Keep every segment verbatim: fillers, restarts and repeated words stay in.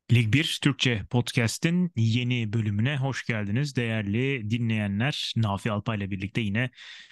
Lig bir Türkçe Podcast'in yeni bölümüne hoş geldiniz değerli dinleyenler. Nafi Alpay ile birlikte yine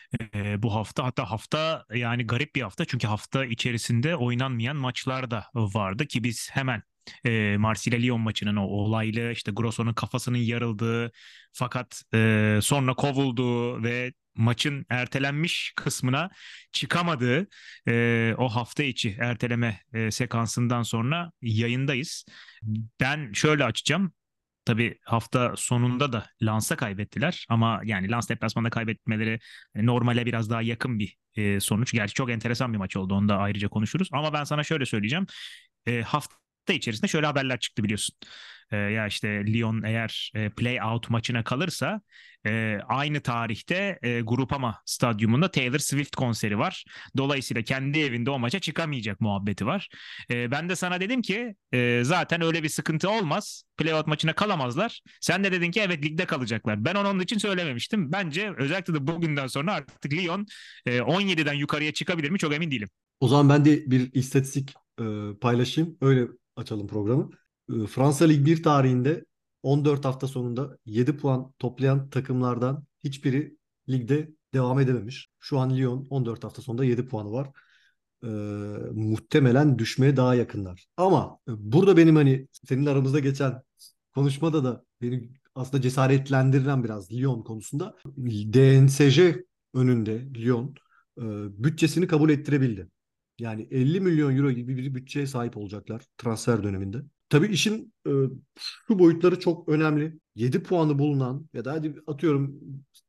e, bu hafta hatta hafta yani garip bir hafta çünkü hafta içerisinde oynanmayan maçlar da vardı ki biz hemen e, Marsilya Lyon maçının o olaylı işte Grosso'nun kafasının yarıldığı fakat e, sonra kovulduğu ve maçın ertelenmiş kısmına çıkamadığı e, o hafta içi erteleme e, sekansından sonra yayındayız. Ben şöyle açacağım. Tabii hafta sonunda da Lens'a kaybettiler ama yani Lens deplasmanda kaybetmeleri hani normale biraz daha yakın bir e, sonuç. Gerçi çok enteresan bir maç oldu. Onu da ayrıca konuşuruz. Ama ben sana şöyle söyleyeceğim. E, hafta içerisinde şöyle haberler çıktı biliyorsun. E, ya işte Lyon eğer e, play-out maçına kalırsa e, aynı tarihte e, Groupama Stadyumunda Taylor Swift konseri var. Dolayısıyla kendi evinde o maça çıkamayacak muhabbeti var. E, ben de sana dedim ki e, zaten öyle bir sıkıntı olmaz. Playout maçına kalamazlar. Sen de dedin ki evet ligde kalacaklar. Ben onu onun için söylememiştim. Bence özellikle de bugünden sonra artık Lyon e, on yediden yukarıya çıkabilir mi çok emin değilim. O zaman ben de bir istatistik e, paylaşayım. Öyle açalım programı. E, Fransa Lig bir tarihinde on dört hafta sonunda yedi puan toplayan takımlardan hiçbiri ligde devam edememiş. Şu an Lyon on dört hafta sonunda yedi puanı var. E, Muhtemelen düşmeye daha yakınlar. Ama e, burada benim hani senin aramızda geçen konuşmada da beni aslında cesaretlendiren biraz Lyon konusunda D N S J önünde Lyon e, bütçesini kabul ettirebildi. Yani elli milyon euro gibi bir bütçeye sahip olacaklar transfer döneminde. Tabii işin e, şu boyutları çok önemli. Yedi puanı bulunan ya da hadi atıyorum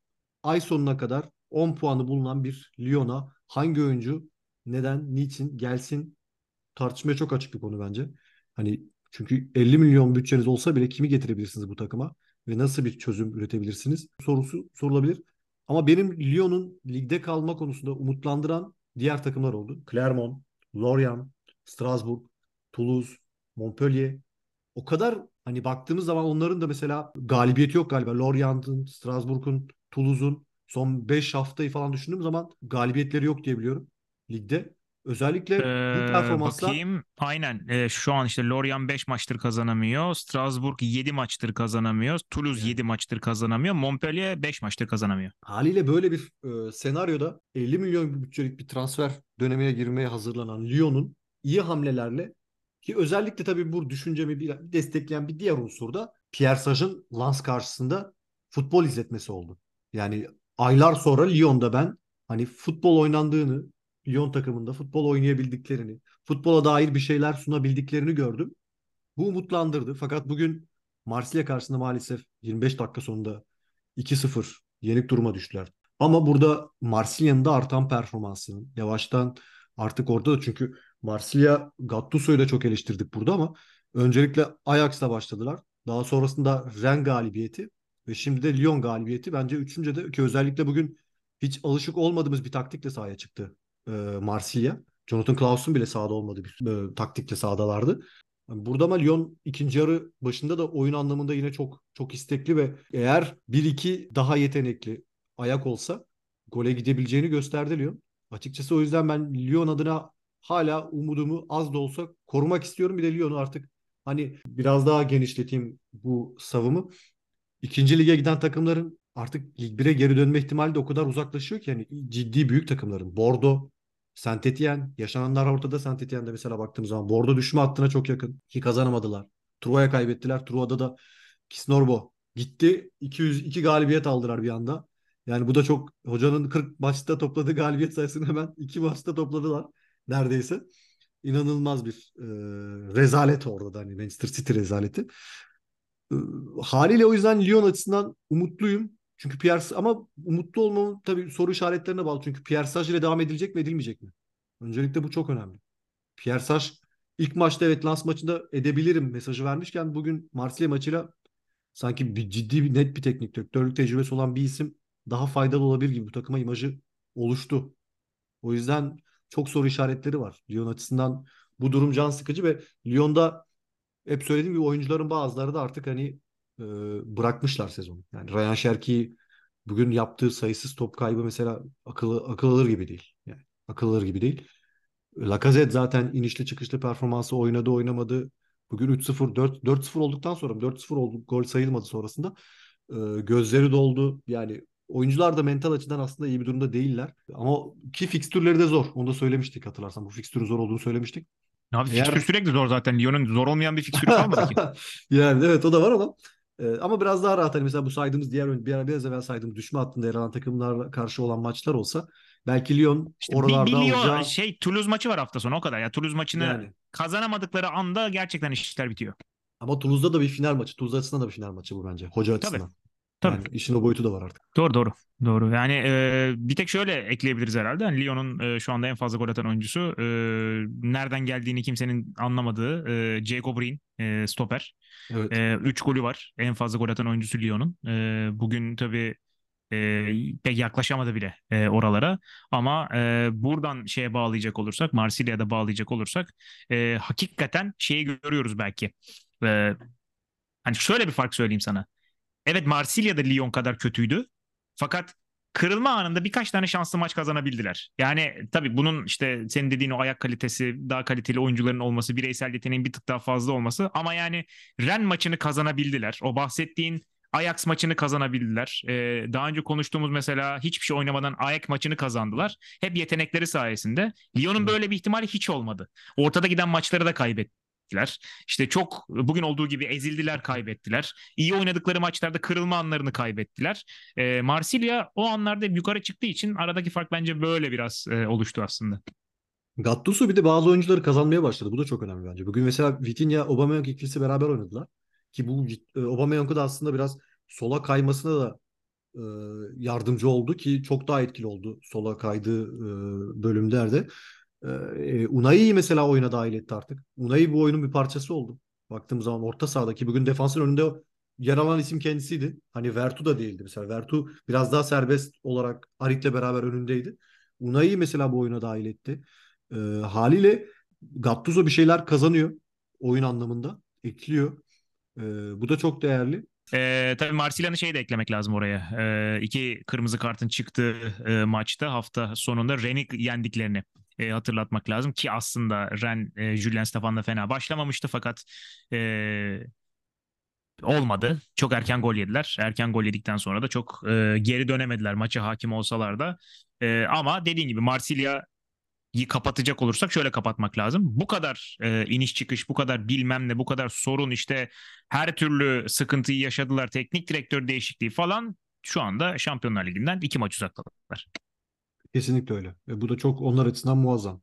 ay sonuna kadar on puanı bulunan bir Lyon'a hangi oyuncu neden, niçin gelsin tartışmaya çok açık bir konu bence. Hani çünkü elli milyon bütçeniz olsa bile kimi getirebilirsiniz bu takıma ve nasıl bir çözüm üretebilirsiniz sorusu sorulabilir. Ama benim Lyon'un ligde kalma konusunda umutlandıran diğer takımlar oldu. Clermont, Lorient, Strasbourg, Toulouse, Montpellier. O kadar hani baktığımız zaman onların da mesela galibiyeti yok galiba. Lorient'ın, Strasbourg'un, Toulouse'un son beş haftayı falan düşündüğüm zaman galibiyetleri yok diye biliyorum ligde. Özellikle bu Ee, performanslar bakayım. Aynen. Ee, şu an işte Lorient beş maçtır kazanamıyor. Strasbourg yedi maçtır kazanamıyor. Toulouse yani yedi maçtır kazanamıyor. Montpellier beş maçtır kazanamıyor. haliyle böyle bir e, senaryoda elli milyon bir bütçelik bir transfer dönemine girmeye hazırlanan Lyon'un iyi hamlelerle ki özellikle tabii bu düşüncemi bir destekleyen bir diğer unsur da Pierre Sage'ın Lens karşısında futbol izletmesi oldu. Yani aylar sonra Lyon'da ben hani futbol oynandığını, Lyon takımında futbol oynayabildiklerini, futbola dair bir şeyler sunabildiklerini gördüm. Bu umutlandırdı. Fakat bugün Marsilya karşısında maalesef yirmi beş dakika sonunda iki sıfır yenik duruma düştüler. Ama burada Marsilya'nın da artan performansının yavaştan artık orada da çünkü Marsilya Gattuso'yu da çok eleştirdik burada ama öncelikle Ajax'la başladılar. Daha sonrasında Rennes galibiyeti ve şimdi de Lyon galibiyeti. Bence üçüncü de ki özellikle bugün hiç alışık olmadığımız bir taktikle sahaya çıktı e, Marsilya. Jonathan Klaus'un bile sahada olmadığı bir e, taktikle sahadalardı. Yani burada ama Lyon ikinci yarı başında da oyun anlamında yine çok çok istekli ve eğer bir iki daha yetenekli ayak olsa gole gidebileceğini gösterdi Lyon. Açıkçası o yüzden ben Lyon adına hala umudumu az da olsa korumak istiyorum. Bir de Lyon'u artık hani biraz daha genişleteyim bu savımı. İkinci lige giden takımların artık Lig bire geri dönme ihtimali de o kadar uzaklaşıyor ki yani ciddi büyük takımların. Bordeaux, Saint-Étienne, yaşananlar ortada. Saint-Étienne'de mesela baktığımız zaman Bordeaux düşme hattına çok yakın ki kazanamadılar. Truva'ya kaybettiler. Truva'da da Kisnorbo gitti. iki yüz iki galibiyet aldılar bir anda. Yani bu da çok hocanın kırk maçta topladığı galibiyet sayısını hemen iki maçta topladılar neredeyse. İnanılmaz bir e, rezalet orada da hani Manchester City rezaleti. Ee, Haliyle o yüzden Lyon açısından umutluyum. Çünkü Pierre ama umutlu olmamın tabii soru işaretlerine bağlı. Çünkü Pierre Sage ile devam edilecek mi edilmeyecek mi? Öncelikle bu çok önemli. Pierre Sage ilk maçta evet Lens maçında edebilirim mesajı vermişken bugün Marsilya maçıyla sanki bir ciddi bir net bir teknik direktörlük tecrübesi olan bir isim daha faydalı olabilir gibi bu takıma imajı oluştu. O yüzden çok soru işaretleri var. Lyon açısından bu durum can sıkıcı ve Lyon'da hep söylediğim gibi oyuncuların bazıları da artık hani e, bırakmışlar sezonu. Yani Ryan Cherki bugün yaptığı sayısız top kaybı mesela akıl, akıl alır gibi değil. Yani akıl alır gibi değil. Lacazette zaten inişli çıkışlı performansı oynadı oynamadı. Bugün üç sıfır, dört, dört sıfır olduktan sonra dört sıfır oldu. Gol sayılmadı sonrasında. Ee, gözleri doldu. Yani oyuncular da mental açıdan aslında iyi bir durumda değiller. Ama ki fikstürleri de zor. Onu da söylemiştik hatırlarsan. Bu fikstürün zor olduğunu söylemiştik. Abi fikstür Eğer sürekli zor zaten. Lyon'un zor olmayan bir fikstürü kalmadı ki. yani evet o da var ama e, ama biraz daha rahat hani mesela bu saydığımız diğer oyun- bir ara biraz evvel saydığımız düşme hattında yer alan takımlarla karşı olan maçlar olsa belki Lyon İşte bir, bir oralarda Lyon alacağı şey Toulouse maçı var hafta sonu o kadar. Ya Toulouse maçını yani kazanamadıkları anda gerçekten işler bitiyor. ama Toulouse'da da bir final maçı. Toulouse açısından da bir final maçı bu bence. Hoca Tabii. açısından. Tabii. Yani işin o boyutu da var artık. Doğru doğru. Doğru. Yani e, bir tek şöyle ekleyebiliriz herhalde. Yani Lyon'un e, şu anda en fazla gol atan oyuncusu e, nereden geldiğini kimsenin anlamadığı e, Jacob Breen e, stoper. Evet. E, üç golü var. En fazla gol atan oyuncusu Lyon'un. E, bugün tabii e, pek yaklaşamadı bile e, oralara. Ama e, buradan şeye bağlayacak olursak, Marsilya'ya da bağlayacak olursak e, hakikaten şeyi görüyoruz belki. E, Hani şöyle bir fark söyleyeyim sana. Evet, Marsilya'da Lyon kadar kötüydü. Fakat kırılma anında birkaç tane şanslı maç kazanabildiler. Yani tabii bunun işte senin dediğin o ayak kalitesi, daha kaliteli oyuncuların olması, bireysel yeteneğin bir tık daha fazla olması. Ama yani Rennes maçını kazanabildiler. O bahsettiğin Ajax maçını kazanabildiler. Ee, daha önce konuştuğumuz mesela hiçbir şey oynamadan Ajax maçını kazandılar. Hep yetenekleri sayesinde. Lyon'un Evet. böyle bir ihtimali hiç olmadı. Ortada giden maçları da kaybettiler. İşte çok bugün olduğu gibi ezildiler, kaybettiler. İyi oynadıkları maçlarda kırılma anlarını kaybettiler. E, Marsilya o anlarda yukarı çıktığı için aradaki fark bence böyle biraz e, oluştu aslında. Gattuso bir de bazı oyuncuları kazanmaya başladı. Bu da çok önemli bence. Bugün mesela Vitinha, Aubameyang ikilisi beraber oynadılar. Ki bu e, Aubameyang'ı da aslında biraz sola kaymasına da e, yardımcı oldu ki çok daha etkili oldu sola kaydığı e, bölümlerde. E, Unai'yi mesela oyuna dahil etti artık. Unai bu oyunun bir parçası oldu. Baktığım zaman orta sahadaki bugün defansın önünde yer alan isim kendisiydi. Hani Vertu da değildi mesela. Vertu biraz daha serbest olarak Harit'le beraber önündeydi. Unai'yi mesela bu oyuna dahil etti. E, haliyle Gattuso bir şeyler kazanıyor oyun anlamında. Ekliyor. E, bu da çok değerli. E, tabii Marsilya'nın şeyi de eklemek lazım oraya. E, iki kırmızı kartın çıktığı e, maçta hafta sonunda Rennes'i yendiklerini e, hatırlatmak lazım. Ki aslında Rennes, e, Julien Stéphan'la fena başlamamıştı fakat e, olmadı. Çok erken gol yediler. Erken gol yedikten sonra da çok e, geri dönemediler maça hakim olsalar da. E, ama dediğin gibi Marsilya kapatacak olursak şöyle kapatmak lazım. Bu kadar e, iniş çıkış, bu kadar bilmem ne, bu kadar sorun işte her türlü sıkıntıyı yaşadılar. Teknik direktör değişikliği falan şu anda Şampiyonlar Ligi'nden iki maç uzaktalar. Kesinlikle öyle. Ve bu da çok onlar açısından muazzam.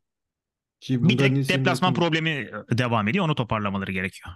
Ki Bir bunların tek senin de deplasman ettiğin problemi e, devam ediyor. Onu toparlamaları gerekiyor.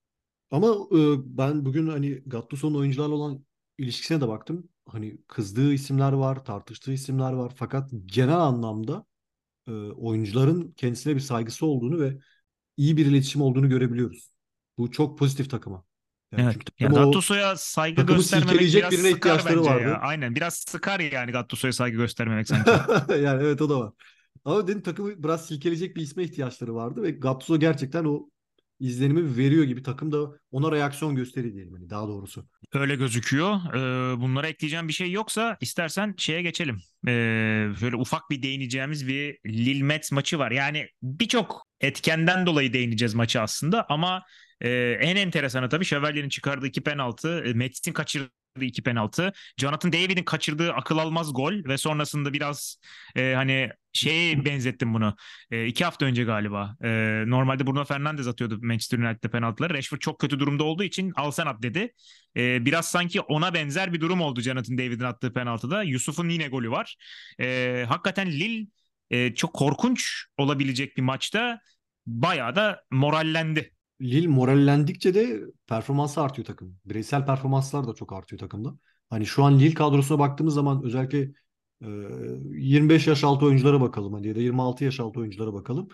ama e, ben bugün hani Gattuso'nun oyuncularla olan ilişkisine de baktım. Hani kızdığı isimler var, tartıştığı isimler var. Fakat genel anlamda e, oyuncuların kendisine bir saygısı olduğunu ve iyi bir iletişim olduğunu görebiliyoruz. Bu çok pozitif takıma. Yani Evet. çünkü Ya takım o Gattuso'ya saygı takımı göstermemek silkeleyecek biraz birine sıkar ihtiyaçları bence ya. vardı. Aynen. Biraz sıkar yani Gattuso'ya saygı göstermemek sanki. Yani evet o da var. Ama dedim takımı biraz silkeleyecek bir isme ihtiyaçları vardı ve Gattuso gerçekten o izlenimi veriyor gibi takım da ona reaksiyon gösteriyor diyelim hani daha doğrusu. Öyle gözüküyor. Ee, bunlara ekleyeceğim bir şey yoksa istersen şeye geçelim. Ee, şöyle ufak bir değineceğimiz bir Lille Metz maçı var. Yani birçok etkenden dolayı değineceğiz maçı aslında ama e, en enteresanı tabii Şövalye'nin çıkardığı iki penaltı, e, Metz'in kaçırdığı iki penaltı, Jonathan David'in kaçırdığı akıl almaz gol ve sonrasında biraz e, hani şeye benzettim bunu. E, iki hafta önce galiba. E, normalde Bruno Fernandes atıyordu Manchester United'de penaltıları. Rashford çok kötü durumda olduğu için al sen at dedi. Ee, biraz sanki ona benzer bir durum oldu Jonathan David'in attığı penaltıda. Yusuf'un yine golü var. Ee, hakikaten Lille e, çok korkunç olabilecek bir maçta bayağı da morallendi. Lille morallendikçe de performansı artıyor takım. Bireysel performanslar da çok artıyor takımda. Hani şu an Lille kadrosuna baktığımız zaman özellikle e, yirmi beş yaş altı oyunculara bakalım hadi ya da yirmi altı yaş altı oyunculara bakalım.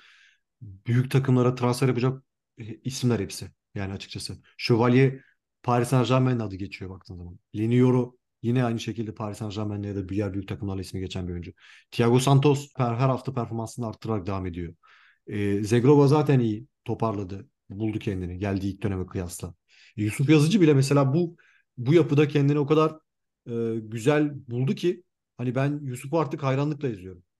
Büyük takımlara transfer yapacak isimler hepsi. Yani açıkçası. Şövalye Paris Saint-Germain'in adı geçiyor baktığın zaman. Lenioro yine aynı şekilde Paris Saint-Germain'le ya da diğer büyük takımlarla ismi geçen bir oyuncu. Thiago Santos her, her hafta performansını arttırarak devam ediyor. E, Zegrova zaten iyi toparladı. Buldu kendini geldiği ilk döneme kıyasla. Yusuf Yazıcı bile mesela bu bu yapıda kendini o kadar e, güzel buldu ki hani ben Yusuf'u artık hayranlıkla izliyorum.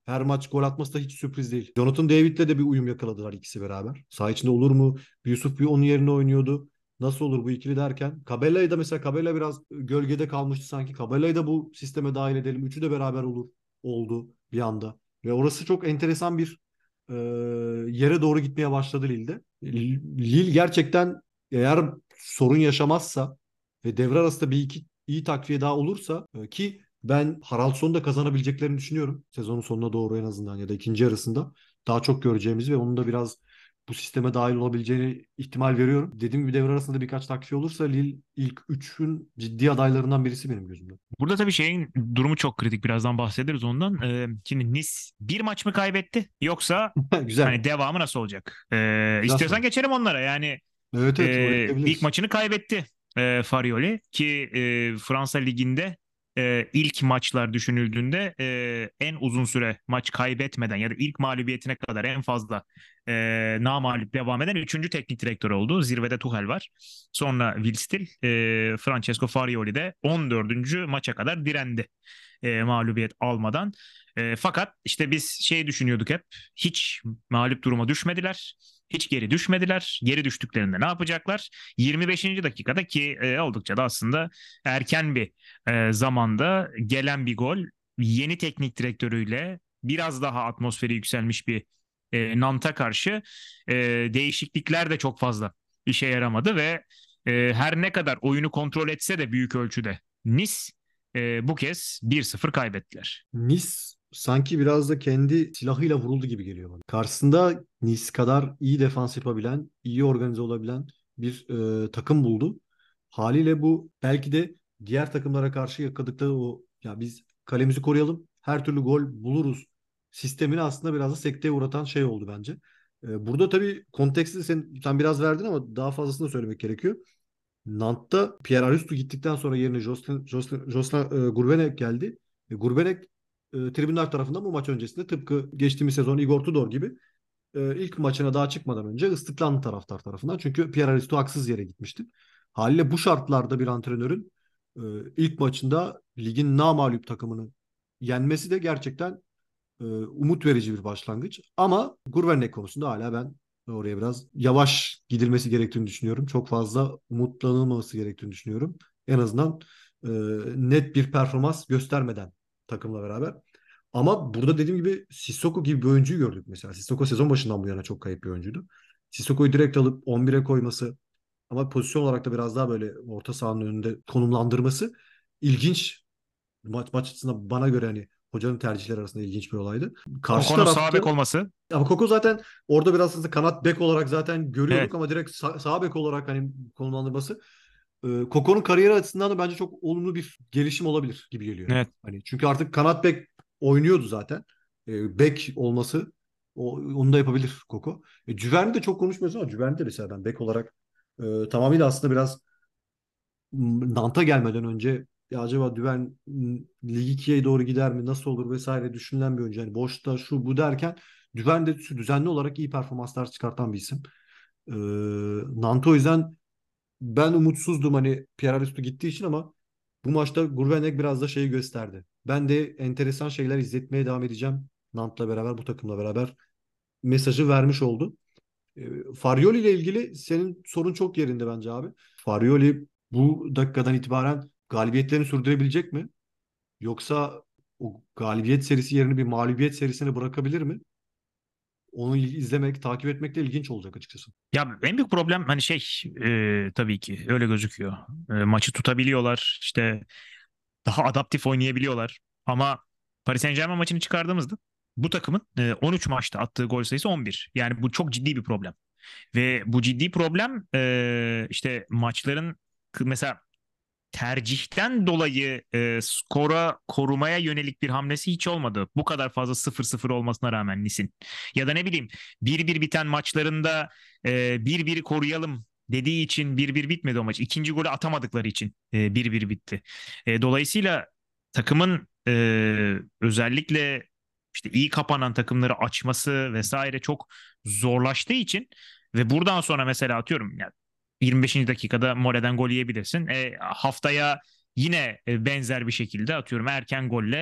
her maç gol atması da hiç sürpriz değil. Jonathan David'le de bir uyum yakaladılar ikisi beraber. Saha içinde olur mu? Yusuf bir onun yerine oynuyordu. Nasıl olur bu ikili derken. Cabella'yı da mesela Cabella biraz gölgede kalmıştı sanki. Cabella'yı da bu sisteme dahil edelim. Üçü de beraber olur oldu bir anda. Ve orası çok enteresan bir e, yere doğru gitmeye başladı Lille'de. Lille gerçekten eğer sorun yaşamazsa ve devre arasında bir iki iyi takviye daha olursa e, ki ben Haraldsson'u da kazanabileceklerini düşünüyorum. Sezonun sonuna doğru en azından ya da ikinci yarısında daha çok göreceğimizi ve onun da biraz bu sisteme dahil olabileceğini ihtimal veriyorum. Dediğim gibi devre arasında birkaç takviye olursa Lille ilk üçün ciddi adaylarından birisi benim gözümde. Burada tabii şeyin durumu çok kritik. Birazdan bahsederiz ondan. Ee, şimdi Nice bir maç mı kaybetti yoksa Güzel. hani devamı nasıl olacak? Ee, Güzel istiyorsan soru. geçelim onlara. Yani Evet evet oraya e, ilk gidebiliriz. maçını kaybetti e, Farioli ki e, Fransa Ligi'nde e, ilk maçlar düşünüldüğünde e, en uzun süre maç kaybetmeden ya da ilk mağlubiyetine kadar en fazla e, namağlup devam eden üçüncü teknik direktör oldu. Zirvede Tuchel var. Sonra Will Still, e, Francesco Farioli de on dördüncü maça kadar direndi e, mağlubiyet almadan. E, fakat işte biz şey düşünüyorduk hep, hiç mağlup duruma düşmediler. Hiç geri düşmediler. Geri düştüklerinde ne yapacaklar? yirmi beşinci dakikada ki e, oldukça da aslında erken bir e, zamanda gelen bir gol. Yeni teknik direktörüyle biraz daha atmosferi yükselmiş bir e, Nant'a karşı e, değişiklikler de çok fazla işe yaramadı ve e, her ne kadar oyunu kontrol etse de büyük ölçüde Nice e, bu kez bir sıfır kaybettiler. Nice sanki biraz da kendi silahıyla vuruldu gibi geliyor bana. Karşısında Nice kadar iyi defans yapabilen, iyi organize olabilen bir e, takım buldu. Haliyle bu belki de diğer takımlara karşı yakaladıkları o ya biz kalemizi koruyalım, her türlü gol buluruz sistemini aslında biraz da sekteye uğratan şey oldu bence. E, burada tabii konteksti sen, sen biraz verdin ama daha fazlasını da söylemek gerekiyor. Nant'ta Pierre Aristu gittikten sonra yerine Jocelyn, Jocelyn, Jocelyn e, Gourvenec geldi. E, Gourvenec e, tribünler tarafından bu maç öncesinde tıpkı geçtiğimiz sezon Igor Tudor gibi e, ilk maçına daha çıkmadan önce ıslıklandı taraftar tarafından. Çünkü Pierre Aristu haksız yere gitmişti. Haliyle bu şartlarda bir antrenörün e, ilk maçında ligin namağlup takımını yenmesi de gerçekten e, umut verici bir başlangıç. Ama Gurvennek konusunda hala ben oraya biraz yavaş gidilmesi gerektiğini düşünüyorum. Çok fazla umutlanılmaması gerektiğini düşünüyorum. En azından e, net bir performans göstermeden takımla beraber. Ama burada dediğim gibi Sissoko gibi bir oyuncuyu gördük mesela. Sissoko sezon başından bu yana çok kayıp bir oyuncuydu. Sissoko'yu direkt alıp on bire koyması ama pozisyon olarak da biraz daha böyle orta sahanın önünde konumlandırması ilginç. Maç, maç açısından bana göre hani hocanın tercihleri arasında ilginç bir olaydı. Karşı Koko'nun sağ tarafta bek olması. ama Koko zaten orada biraz aslında kanat bek olarak zaten Evet. görüyorduk ama direkt sağ, sağ bek olarak hani konumlandırması e, Koko'nun kariyeri açısından da bence çok olumlu bir gelişim olabilir gibi geliyor. Evet. Hani çünkü artık kanat bek oynuyordu zaten. E, bek olması o, onu da yapabilir Koko. E, Cüverni de çok konuşmuyoruz ama Cüverni de mesela ben bek olarak e, tamamıyla aslında biraz Nant'a gelmeden önce ya acaba Düven m, Lig ikiye doğru gider mi nasıl olur vesaire düşünülen bir oyuncu. Yani boşta şu bu derken Düven de düzenli olarak iyi performanslar çıkartan bir isim. Ee, Nant o yüzden ben umutsuzdum hani Pierre Aristu gittiği için ama bu maçta Gurvenek biraz da şeyi gösterdi. Ben de enteresan şeyler izletmeye devam edeceğim. Nant'la beraber bu takımla beraber mesajı vermiş oldu. E, Farioli ile ilgili senin sorun çok yerinde bence abi. Farioli bu dakikadan itibaren galibiyetlerini sürdürebilecek mi? Yoksa o galibiyet serisi yerini bir mağlubiyet serisine bırakabilir mi? Onu izlemek, takip etmek de ilginç olacak açıkçası. Ya en büyük problem hani şey e, tabii ki öyle gözüküyor. E, maçı tutabiliyorlar. İşte daha adaptif oynayabiliyorlar. Ama Paris Saint-Germain maçını çıkardığımızda bu takımın e, on üç maçta attığı gol sayısı on bir. Yani bu çok ciddi bir problem. Ve bu ciddi problem e, işte maçların mesela tercihten dolayı e, skora korumaya yönelik bir hamlesi hiç olmadı. Bu kadar fazla sıfır sıfır olmasına rağmen Nis'in. Ya da ne bileyim bir bir biten maçlarında e, bir biri koruyalım dediği için bir bir bitmedi o maç. İkinci golü atamadıkları için e, bir bir bitti. E, dolayısıyla takımın e, özellikle işte iyi kapanan takımları açması vesaire çok zorlaştığı için ve buradan sonra mesela atıyorum ya yirmi beşinci dakikada More'den gol yiyebilirsin. E, haftaya yine e, benzer bir şekilde atıyorum erken golle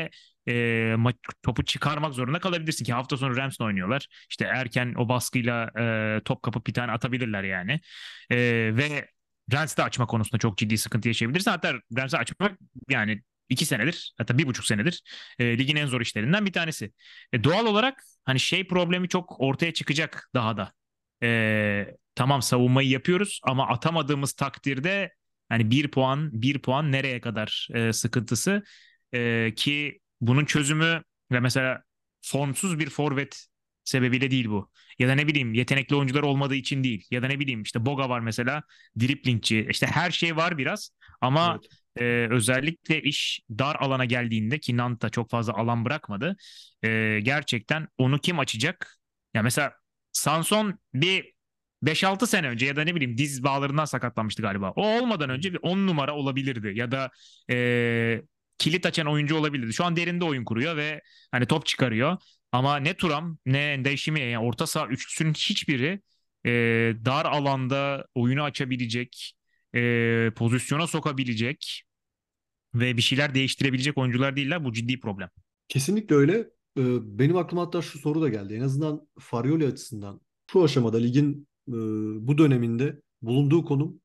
e, ma- topu çıkarmak zorunda kalabilirsin ki hafta sonu Rams'la oynuyorlar. İşte erken o baskıyla e, top kapıp bir tane atabilirler yani. E, ve Rams'de açma konusunda çok ciddi sıkıntı yaşayabilirsin. Hatta Rams'de açmak yani iki senedir hatta bir buçuk senedir e, ligin en zor işlerinden bir tanesi. E, doğal olarak hani şey problemi çok ortaya çıkacak daha da. E, tamam savunmayı yapıyoruz ama atamadığımız takdirde hani bir puan bir puan nereye kadar e, sıkıntısı. E, ki bunun çözümü ve mesela formsuz bir forvet sebebiyle değil bu. Ya da ne bileyim yetenekli oyuncular olmadığı için değil. Ya da ne bileyim işte Boga var mesela driplingçi. İşte her şey var biraz ama Evet. e, özellikle iş dar alana geldiğinde ki Nanta çok fazla alan bırakmadı. E, gerçekten onu kim açacak? Ya mesela Sanson bir beş altı sene önce ya da ne bileyim diz bağlarından sakatlanmıştı galiba. O olmadan önce bir on numara olabilirdi ya da e, kilit açan oyuncu olabilirdi. Şu an derinde oyun kuruyor ve hani top çıkarıyor. Ama ne Turam ne Ndeşimi yani orta saha üçlüsünün hiçbiri e, dar alanda oyunu açabilecek, e, pozisyona sokabilecek ve bir şeyler değiştirebilecek oyuncular değiller. Bu ciddi problem. Kesinlikle öyle. Ee, Benim aklıma hatta şu soru da geldi. En azından Farioli açısından şu aşamada ligin e, bu döneminde bulunduğu konum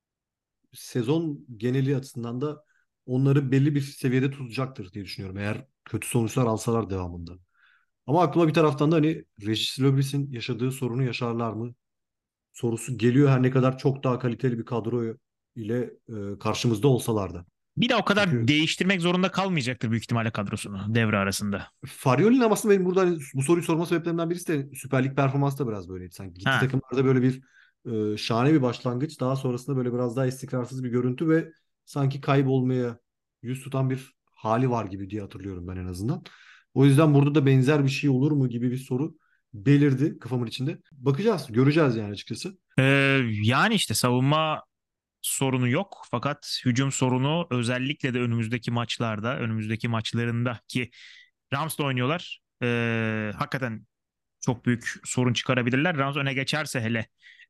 sezon geneli açısından da onları belli bir seviyede tutacaktır diye düşünüyorum. Eğer kötü sonuçlar alsalar devamında. Ama aklıma bir taraftan da hani Regis Lebris'in yaşadığı sorunu yaşarlar mı sorusu geliyor, her ne kadar çok daha kaliteli bir kadro ile e, karşımızda olsalar da. Bir de o kadar Çünkü değiştirmek zorunda kalmayacaktır büyük ihtimalle kadrosunu devre arasında. Farioli'nin ama aslında benim burada hani bu soruyu sorma sebeplerinden birisi de Süper Lig performansı da biraz böyleydi. Sanki gittiği Ha. takımlarda böyle bir e, şahane bir başlangıç, daha sonrasında böyle biraz daha istikrarsız bir görüntü ve sanki kaybolmaya yüz tutan bir hali var gibi diye hatırlıyorum ben en azından. O yüzden burada da benzer bir şey olur mu gibi bir soru belirdi kafamın içinde. Bakacağız, göreceğiz yani açıkçası. Ee, yani işte savunma sorunu yok. Fakat hücum sorunu özellikle de önümüzdeki maçlarda, önümüzdeki maçlarında ki Rams'la oynuyorlar. Ee, hakikaten çok büyük sorun çıkarabilirler. Rams öne geçerse hele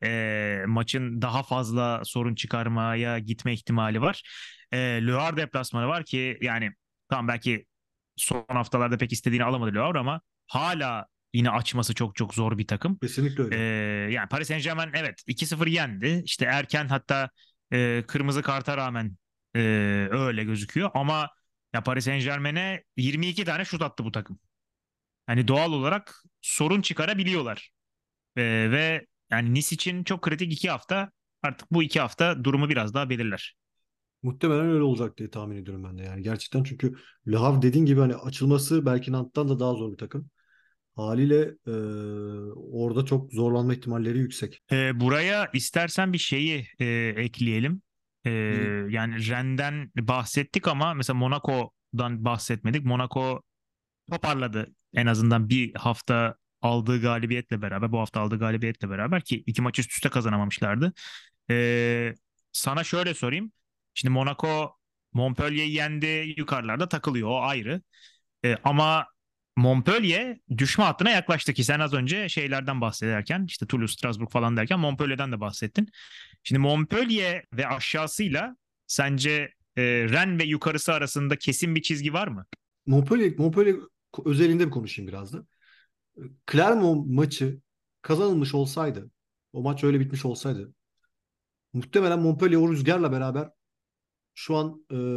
e, maçın daha fazla sorun çıkarmaya gitme ihtimali var. E, Le Havre deplasmanı var ki yani tamam belki son haftalarda pek istediğini alamadı Le Havre ama hala yine açması çok çok zor bir takım. Kesinlikle E, öyle. yani Paris Saint-Germain evet iki sıfır yendi. İşte erken hatta e, kırmızı karta rağmen e, öyle gözüküyor ama ya Paris Saint-Germain'e yirmi iki tane şut attı bu takım. Hani doğal olarak sorun çıkarabiliyorlar. Ee, ve yani Nice için çok kritik iki hafta. Artık bu iki hafta durumu biraz daha belirler. Muhtemelen öyle olacak diye tahmin ediyorum ben de yani. Gerçekten çünkü Le Havre dediğin gibi hani açılması belki Nant'tan da daha zor bir takım. Haliyle e, orada çok zorlanma ihtimalleri yüksek. Ee, buraya istersen bir şeyi e, ekleyelim. Ee, Bir yani Rennes'den bahsettik ama mesela Monaco'dan bahsetmedik. Monaco toparladı en azından bir hafta aldığı galibiyetle beraber, bu hafta aldığı galibiyetle beraber ki iki maç üst üste kazanamamışlardı. Ee, sana şöyle sorayım. Şimdi Monaco Montpellier'i yendi, yukarılarda takılıyor, o ayrı. Ee, ama Montpellier düşme hattına yaklaştı ki sen az önce şeylerden bahsederken işte Toulouse, Strasbourg falan derken Montpellier'den de bahsettin. Şimdi Montpellier ve aşağısıyla sence e, Rennes ve yukarısı arasında kesin bir çizgi var mı? Montpellier, Montpellier özelinde bir konuşayım biraz da. Clermont maçı kazanılmış olsaydı, o maç öyle bitmiş olsaydı, muhtemelen Montpellier o rüzgarla beraber şu an e,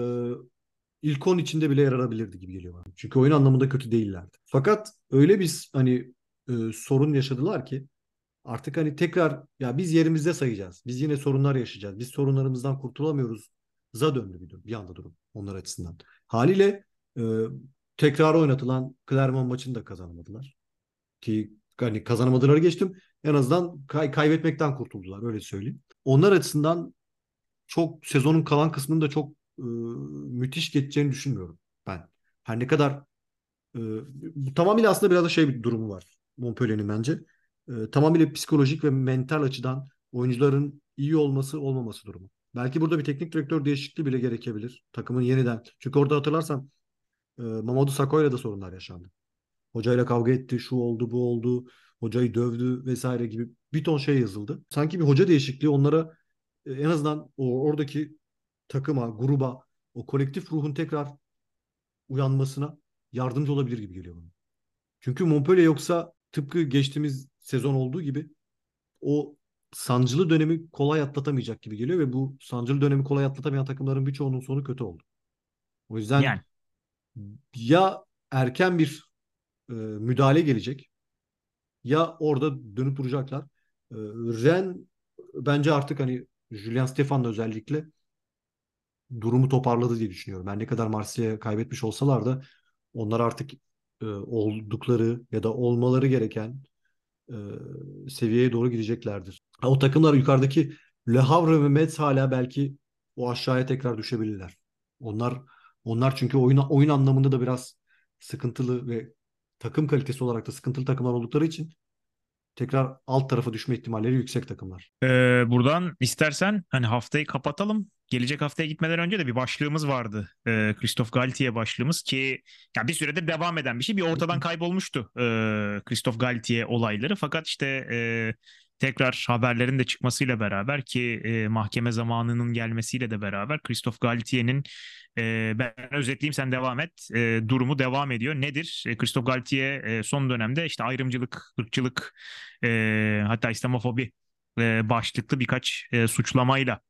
ilk on içinde bile yer arabilirdi gibi geliyor bana. Çünkü oyun anlamında kötü değillerdi. Fakat öyle bir hani e, sorun yaşadılar ki artık hani tekrar ya biz yerimizde sayacağız. Biz yine sorunlar yaşayacağız. Biz sorunlarımızdan kurtulamıyoruz. Za döndü bir, durum, bir anda durum onlar açısından. Haliyle e, tekrar oynatılan Clermont maçını da kazanamadılar. Ki hani kazanamadıları geçtim. En azından kay- kaybetmekten kurtuldular öyle söyleyeyim. Onlar açısından çok sezonun kalan kısmını da çok e, müthiş geçeceğini düşünmüyorum ben. Her ne kadar e, bu tamamıyla aslında biraz da şey bir durumu var Montpellier'in bence. E, tamamıyla psikolojik ve mental açıdan oyuncuların iyi olması olmaması durumu. Belki burada bir teknik direktör değişikliği bile gerekebilir. Takımın yeniden. Çünkü orada hatırlarsan e, Mamadou Sakho'yla da sorunlar yaşandı. Hocayla kavga etti, şu oldu, bu oldu. Hocayı dövdü vesaire gibi bir ton şey yazıldı. Sanki bir hoca değişikliği onlara e, en azından o oradaki takıma, gruba, o kolektif ruhun tekrar uyanmasına yardımcı olabilir gibi geliyor bana. Çünkü Montpellier yoksa tıpkı geçtiğimiz sezon olduğu gibi o sancılı dönemi kolay atlatamayacak gibi geliyor ve bu sancılı dönemi kolay atlatamayan takımların birçoğunun sonu kötü oldu. O yüzden Yani ya erken bir e, müdahale gelecek ya orada dönüp duracaklar. E, Ren bence artık hani Julian Stephan da özellikle durumu toparladı diye düşünüyorum. Ben ne kadar Marsilya'ya kaybetmiş olsalar da onlar artık e, oldukları ya da olmaları gereken e, seviyeye doğru gideceklerdir. Ha, o takımlar yukarıdaki Le Havre ve Metz hala belki o aşağıya tekrar düşebilirler. Onlar onlar çünkü oyun oyun anlamında da biraz sıkıntılı ve takım kalitesi olarak da sıkıntılı takımlar oldukları için tekrar alt tarafa düşme ihtimalleri yüksek takımlar. Ee, buradan istersen hani haftayı kapatalım. Gelecek haftaya gitmeden önce de bir başlığımız vardı. Ee, Christophe Galtier başlığımız ki ya bir süredir devam eden bir şey. Bir ortadan kaybolmuştu ee, Christophe Galtier olayları. Fakat işte e, tekrar haberlerin de çıkmasıyla beraber ki e, mahkeme zamanının gelmesiyle de beraber Christophe Galtier'in e, ben özetleyeyim sen devam et. E, durumu devam ediyor. Nedir? E, Christophe Galtier e, son dönemde işte ayrımcılık, ırkçılık e, hatta İslamofobi e, başlıklı birkaç e, suçlamayla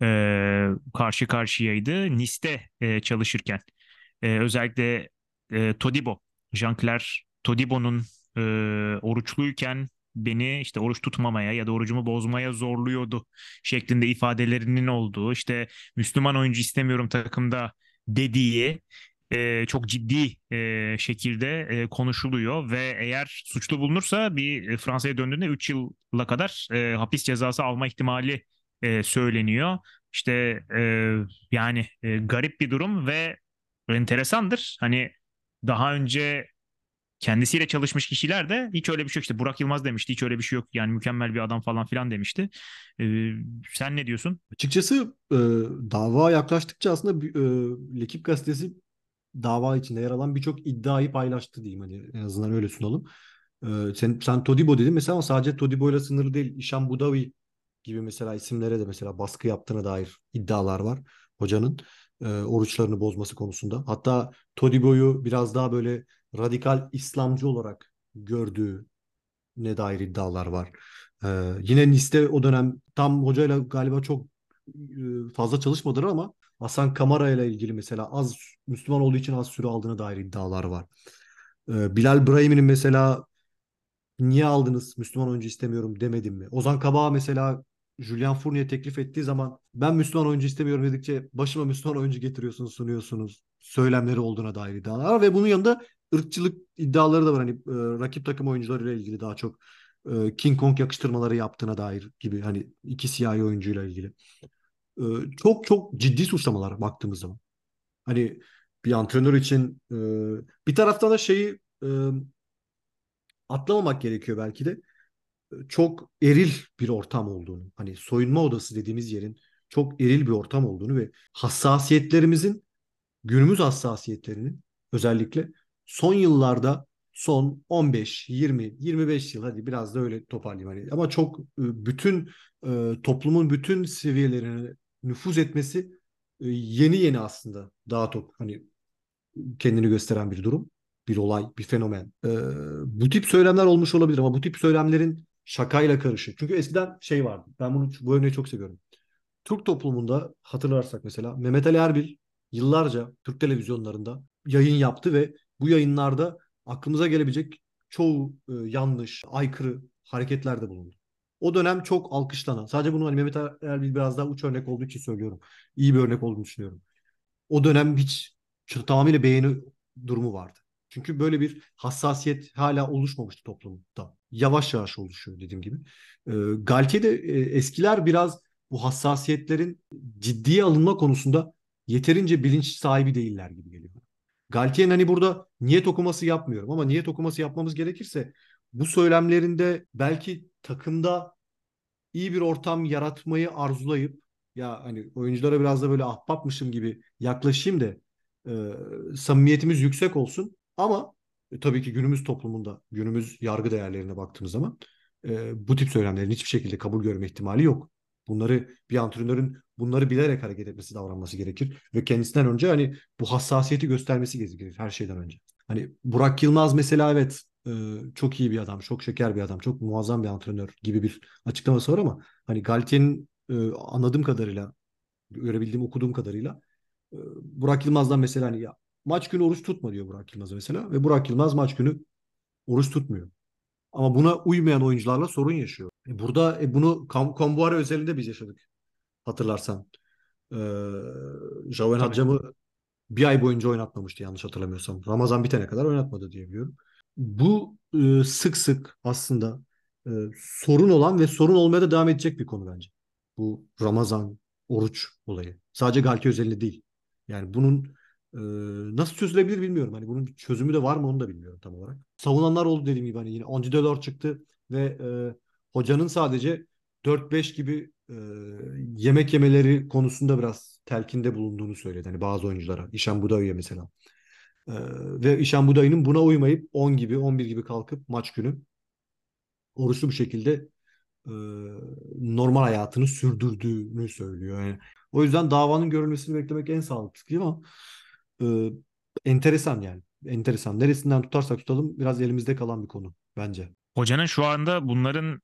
e, karşı karşıyaydı. Nice'te e, çalışırken e, özellikle e, Todibo, Jean-Claire Todibo'nun e, oruçluyken beni işte oruç tutmamaya ya da orucumu bozmaya zorluyordu şeklinde ifadelerinin olduğu işte Müslüman oyuncu istemiyorum takımda dediği e, çok ciddi e, şekilde e, konuşuluyor ve eğer suçlu bulunursa bir e, Fransa'ya döndüğünde üç yıla kadar e, hapis cezası alma ihtimali e, söyleniyor. İşte e, yani e, garip bir durum ve enteresandır. Hani daha önce kendisiyle çalışmış kişiler de hiç öyle bir şey yok. İşte Burak Yılmaz demişti hiç öyle bir şey yok. Yani mükemmel bir adam falan filan demişti. E, sen ne diyorsun? Açıkçası e, dava yaklaştıkça aslında e, L'Équipe gazetesi dava içinde yer alan birçok iddiayı paylaştı diyeyim, hani en azından öyle sunalım. Ee, sen, sen Todibo dedin mesela ama sadece Todibo ile sınırlı değil. İşan Budavi gibi mesela isimlere de mesela baskı yaptığına dair iddialar var hocanın e, oruçlarını bozması konusunda. Hatta Todibo'yu biraz daha böyle radikal İslamcı olarak gördüğü ne dair iddialar var. Ee, yine Nice'te o dönem tam hocayla galiba çok e, fazla çalışmadılar ama Hasan Kamara ile ilgili mesela az Müslüman olduğu için az süre aldığına dair iddialar var. Ee, Bilal Brahimi'nin mesela niye aldınız Müslüman oyuncu istemiyorum demedim mi? Ozan Kabak'a mesela Julian Fournier teklif ettiği zaman ben Müslüman oyuncu istemiyorum dedikçe başıma Müslüman oyuncu getiriyorsunuz sunuyorsunuz söylemleri olduğuna dair iddialar var ve bunun yanında ırkçılık iddiaları da var. Hani e, rakip takım oyuncularıyla ilgili daha çok e, King Kong yakıştırmaları yaptığına dair gibi hani iki siyahi oyuncuyla ilgili. E, çok çok ciddi suçlamalar baktığımız zaman. Hani bir antrenör için e, bir taraftan da şeyi e, atlamamak gerekiyor belki de çok eril bir ortam olduğunu, hani soyunma odası dediğimiz yerin çok eril bir ortam olduğunu ve hassasiyetlerimizin, günümüz hassasiyetlerinin özellikle son yıllarda, son on beş, yirmi, yirmi beş yıl, hadi biraz da öyle toparlayayım hani, ama çok e, bütün e, toplumun bütün seviyelerine nüfuz etmesi e, yeni yeni aslında daha çok hani kendini gösteren bir durum, bir olay, bir fenomen. Ee, bu tip söylemler olmuş olabilir ama bu tip söylemlerin şakayla karışık. Çünkü eskiden şey vardı. Ben bunu bu örneği çok seviyorum. Türk toplumunda hatırlarsak mesela Mehmet Ali Erbil yıllarca Türk televizyonlarında yayın yaptı ve bu yayınlarda aklımıza gelebilecek çoğu e, yanlış, aykırı hareketlerde bulundu. O dönem çok alkışlanan, sadece bunu hani Mehmet Erbil biraz daha uç örnek olduğu için söylüyorum. İyi bir örnek olduğunu düşünüyorum. O dönem hiç şu tamamıyla beğeni durumu vardı. Çünkü böyle bir hassasiyet hala oluşmamıştı toplumda. Yavaş yavaş oluşuyor dediğim gibi. E, Galtier'de e, eskiler biraz bu hassasiyetlerin ciddiye alınma konusunda yeterince bilinç sahibi değiller gibi geliyor. Galtier'in hani burada niyet okuması yapmıyorum ama niyet okuması yapmamız gerekirse bu söylemlerinde belki takımda iyi bir ortam yaratmayı arzulayıp ya hani oyunculara biraz da böyle ahbapmışım gibi yaklaşayım da e, samimiyetimiz yüksek olsun ama e, tabii ki günümüz toplumunda, günümüz yargı değerlerine baktığımız zaman e, bu tip söylemlerin hiçbir şekilde kabul görme ihtimali yok. Bunları bir antrenörün bunları bilerek hareket etmesi, davranması gerekir ve kendisinden önce hani bu hassasiyeti göstermesi gerekir her şeyden önce. Hani Burak Yılmaz mesela, evet, e, çok iyi bir adam, çok şeker bir adam, çok muazzam bir antrenör gibi bir açıklaması var ama hani Galtier'in e, anladığım kadarıyla, görebildiğim, okuduğum kadarıyla e, Burak Yılmaz'dan mesela hani ya, maç günü oruç tutma diyor Burak Yılmaz'a mesela ve Burak Yılmaz maç günü oruç tutmuyor. Ama buna uymayan oyuncularla sorun yaşıyor. E burada e bunu Kam- Kombuara özelinde biz yaşadık, hatırlarsan. Ee, Joven Tabii. Hacam'ı bir ay boyunca oynatmamıştı yanlış hatırlamıyorsam. Ramazan bitene kadar oynatmadı diye biliyorum. Bu e, sık sık aslında e, sorun olan ve sorun olmaya da devam edecek bir konu bence. Bu Ramazan, oruç olayı. Sadece Galatasaray özelinde değil. Yani bunun e, nasıl çözülebilir bilmiyorum. Hani bunun bir çözümü de var mı onu da bilmiyorum tam olarak. Savunanlar oldu dediğim gibi, hani yine Andy Delors çıktı ve e, hocanın sadece dört beş gibi e, yemek yemeleri konusunda biraz telkinde bulunduğunu söyledi. Hani bazı oyunculara. İşan Budavi'ye mesela. Ee, ve İşan Budayı'nın buna uymayıp on gibi on bir gibi kalkıp maç günü oruçlu bir şekilde e, normal hayatını sürdürdüğünü söylüyor. Yani, o yüzden davanın görülmesini beklemek en sağlıklısı ama e, enteresan yani. Enteresan. Neresinden tutarsak tutalım biraz elimizde kalan bir konu bence. Hocanın şu anda bunların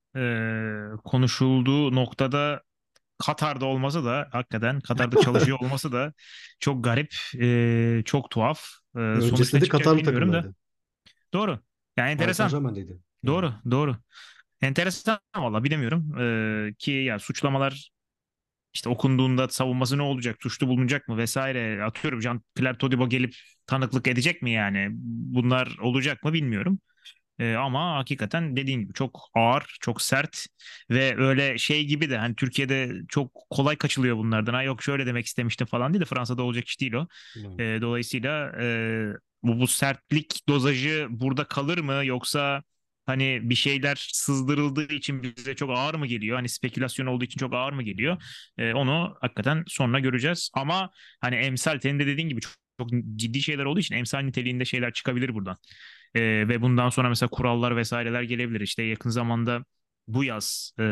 e, konuşulduğu noktada Katar'da olması da hakikaten Katar'da çalışıyor olması da çok garip, e, çok tuhaf. E, Ve sonuç ne öncesinde de çıkacak Katarlı bilmiyorum da. takımdaydı. Doğru. Yani Paris enteresan. Saint-Germain'deydi. Yani. Doğru, doğru. Enteresan valla bilemiyorum. E, ki ya suçlamalar işte okunduğunda savunması ne olacak? Suçlu bulunacak mı vesaire. Atıyorum Jean-Pierre Todibo gelip tanıklık edecek mi yani? Bunlar olacak mı bilmiyorum. Ee, ama hakikaten dediğin gibi çok ağır, çok sert ve öyle şey gibi de hani Türkiye'de çok kolay kaçılıyor bunlardan. Ha yok şöyle demek istemiştim falan değil de Fransa'da olacak iş değil o. Yani. Ee, dolayısıyla e, bu, bu sertlik dozajı burada kalır mı yoksa hani bir şeyler sızdırıldığı için bize çok ağır mı geliyor? Hani spekülasyon olduğu için çok ağır mı geliyor? Ee, onu hakikaten sonra göreceğiz. Ama hani emsal senin de dediğin gibi çok, çok ciddi şeyler olduğu için emsal niteliğinde şeyler çıkabilir buradan. Ee, ve bundan sonra mesela kurallar vesaireler gelebilir. İşte yakın zamanda bu yaz e,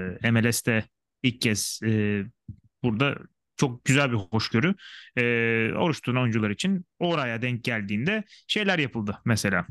M L S'te ilk kez e, burada çok güzel bir hoşgörü e, oruç tutan oyuncular için oraya denk geldiğinde şeyler yapıldı mesela.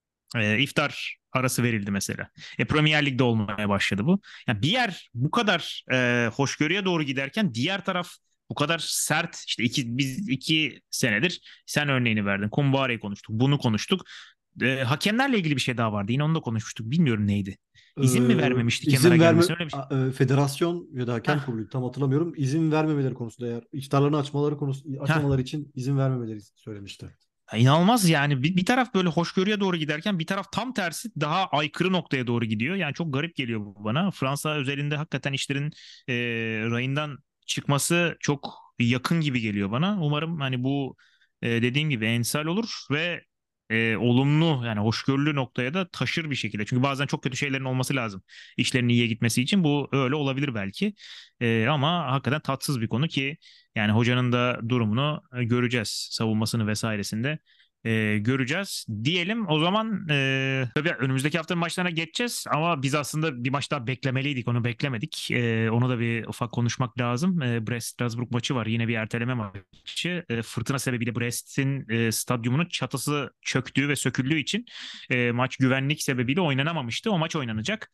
E, iftar arası verildi mesela. E, Premier Lig'de olmaya başladı bu. Yani bir yer bu kadar e, hoşgörüye doğru giderken diğer taraf bu kadar sert işte iki, biz iki senedir sen örneğini verdin. Kumbare'yi konuştuk. Bunu konuştuk. E, hakemlerle ilgili bir şey daha vardı. Yine onu da konuşmuştuk. Bilmiyorum neydi. İzin mi Ee, vermemişti kenara izin verme gelmesine öyle bir şey. a- e, federasyon ya da hakem Heh, kurulu tam hatırlamıyorum. İzin vermemeleri konusunda, eğer iftarlarını açmaları konusu heh. açmamaları için izin vermemeleri söylemişti. Ya İnanılmaz yani bir, bir taraf böyle hoşgörüye doğru giderken bir taraf tam tersi daha aykırı noktaya doğru gidiyor. Yani çok garip geliyor bu bana. Fransa özelinde hakikaten işlerin e, rayından çıkması çok yakın gibi geliyor bana. Umarım hani bu e, dediğim gibi ensal olur ve e, olumlu yani hoşgörülü noktaya da taşır bir şekilde. Çünkü bazen çok kötü şeylerin olması lazım işlerin iyiye gitmesi için. Bu öyle olabilir belki. E, ama hakikaten tatsız bir konu ki yani hocanın da durumunu e, göreceğiz savunmasını vesairesinde e, göreceğiz. Diyelim o zaman e, tabii önümüzdeki haftanın maçlarına geçeceğiz ama biz aslında bir maç daha beklemeliydik onu beklemedik. E, onu da bir ufak konuşmak lazım. E, Brest-Strasbourg maçı var yine bir erteleme maçı. E, fırtına sebebiyle Brest'in e, stadyumunun çatısı çöktüğü ve söküldüğü için e, maç güvenlik sebebiyle oynanamamıştı. O maç oynanacak.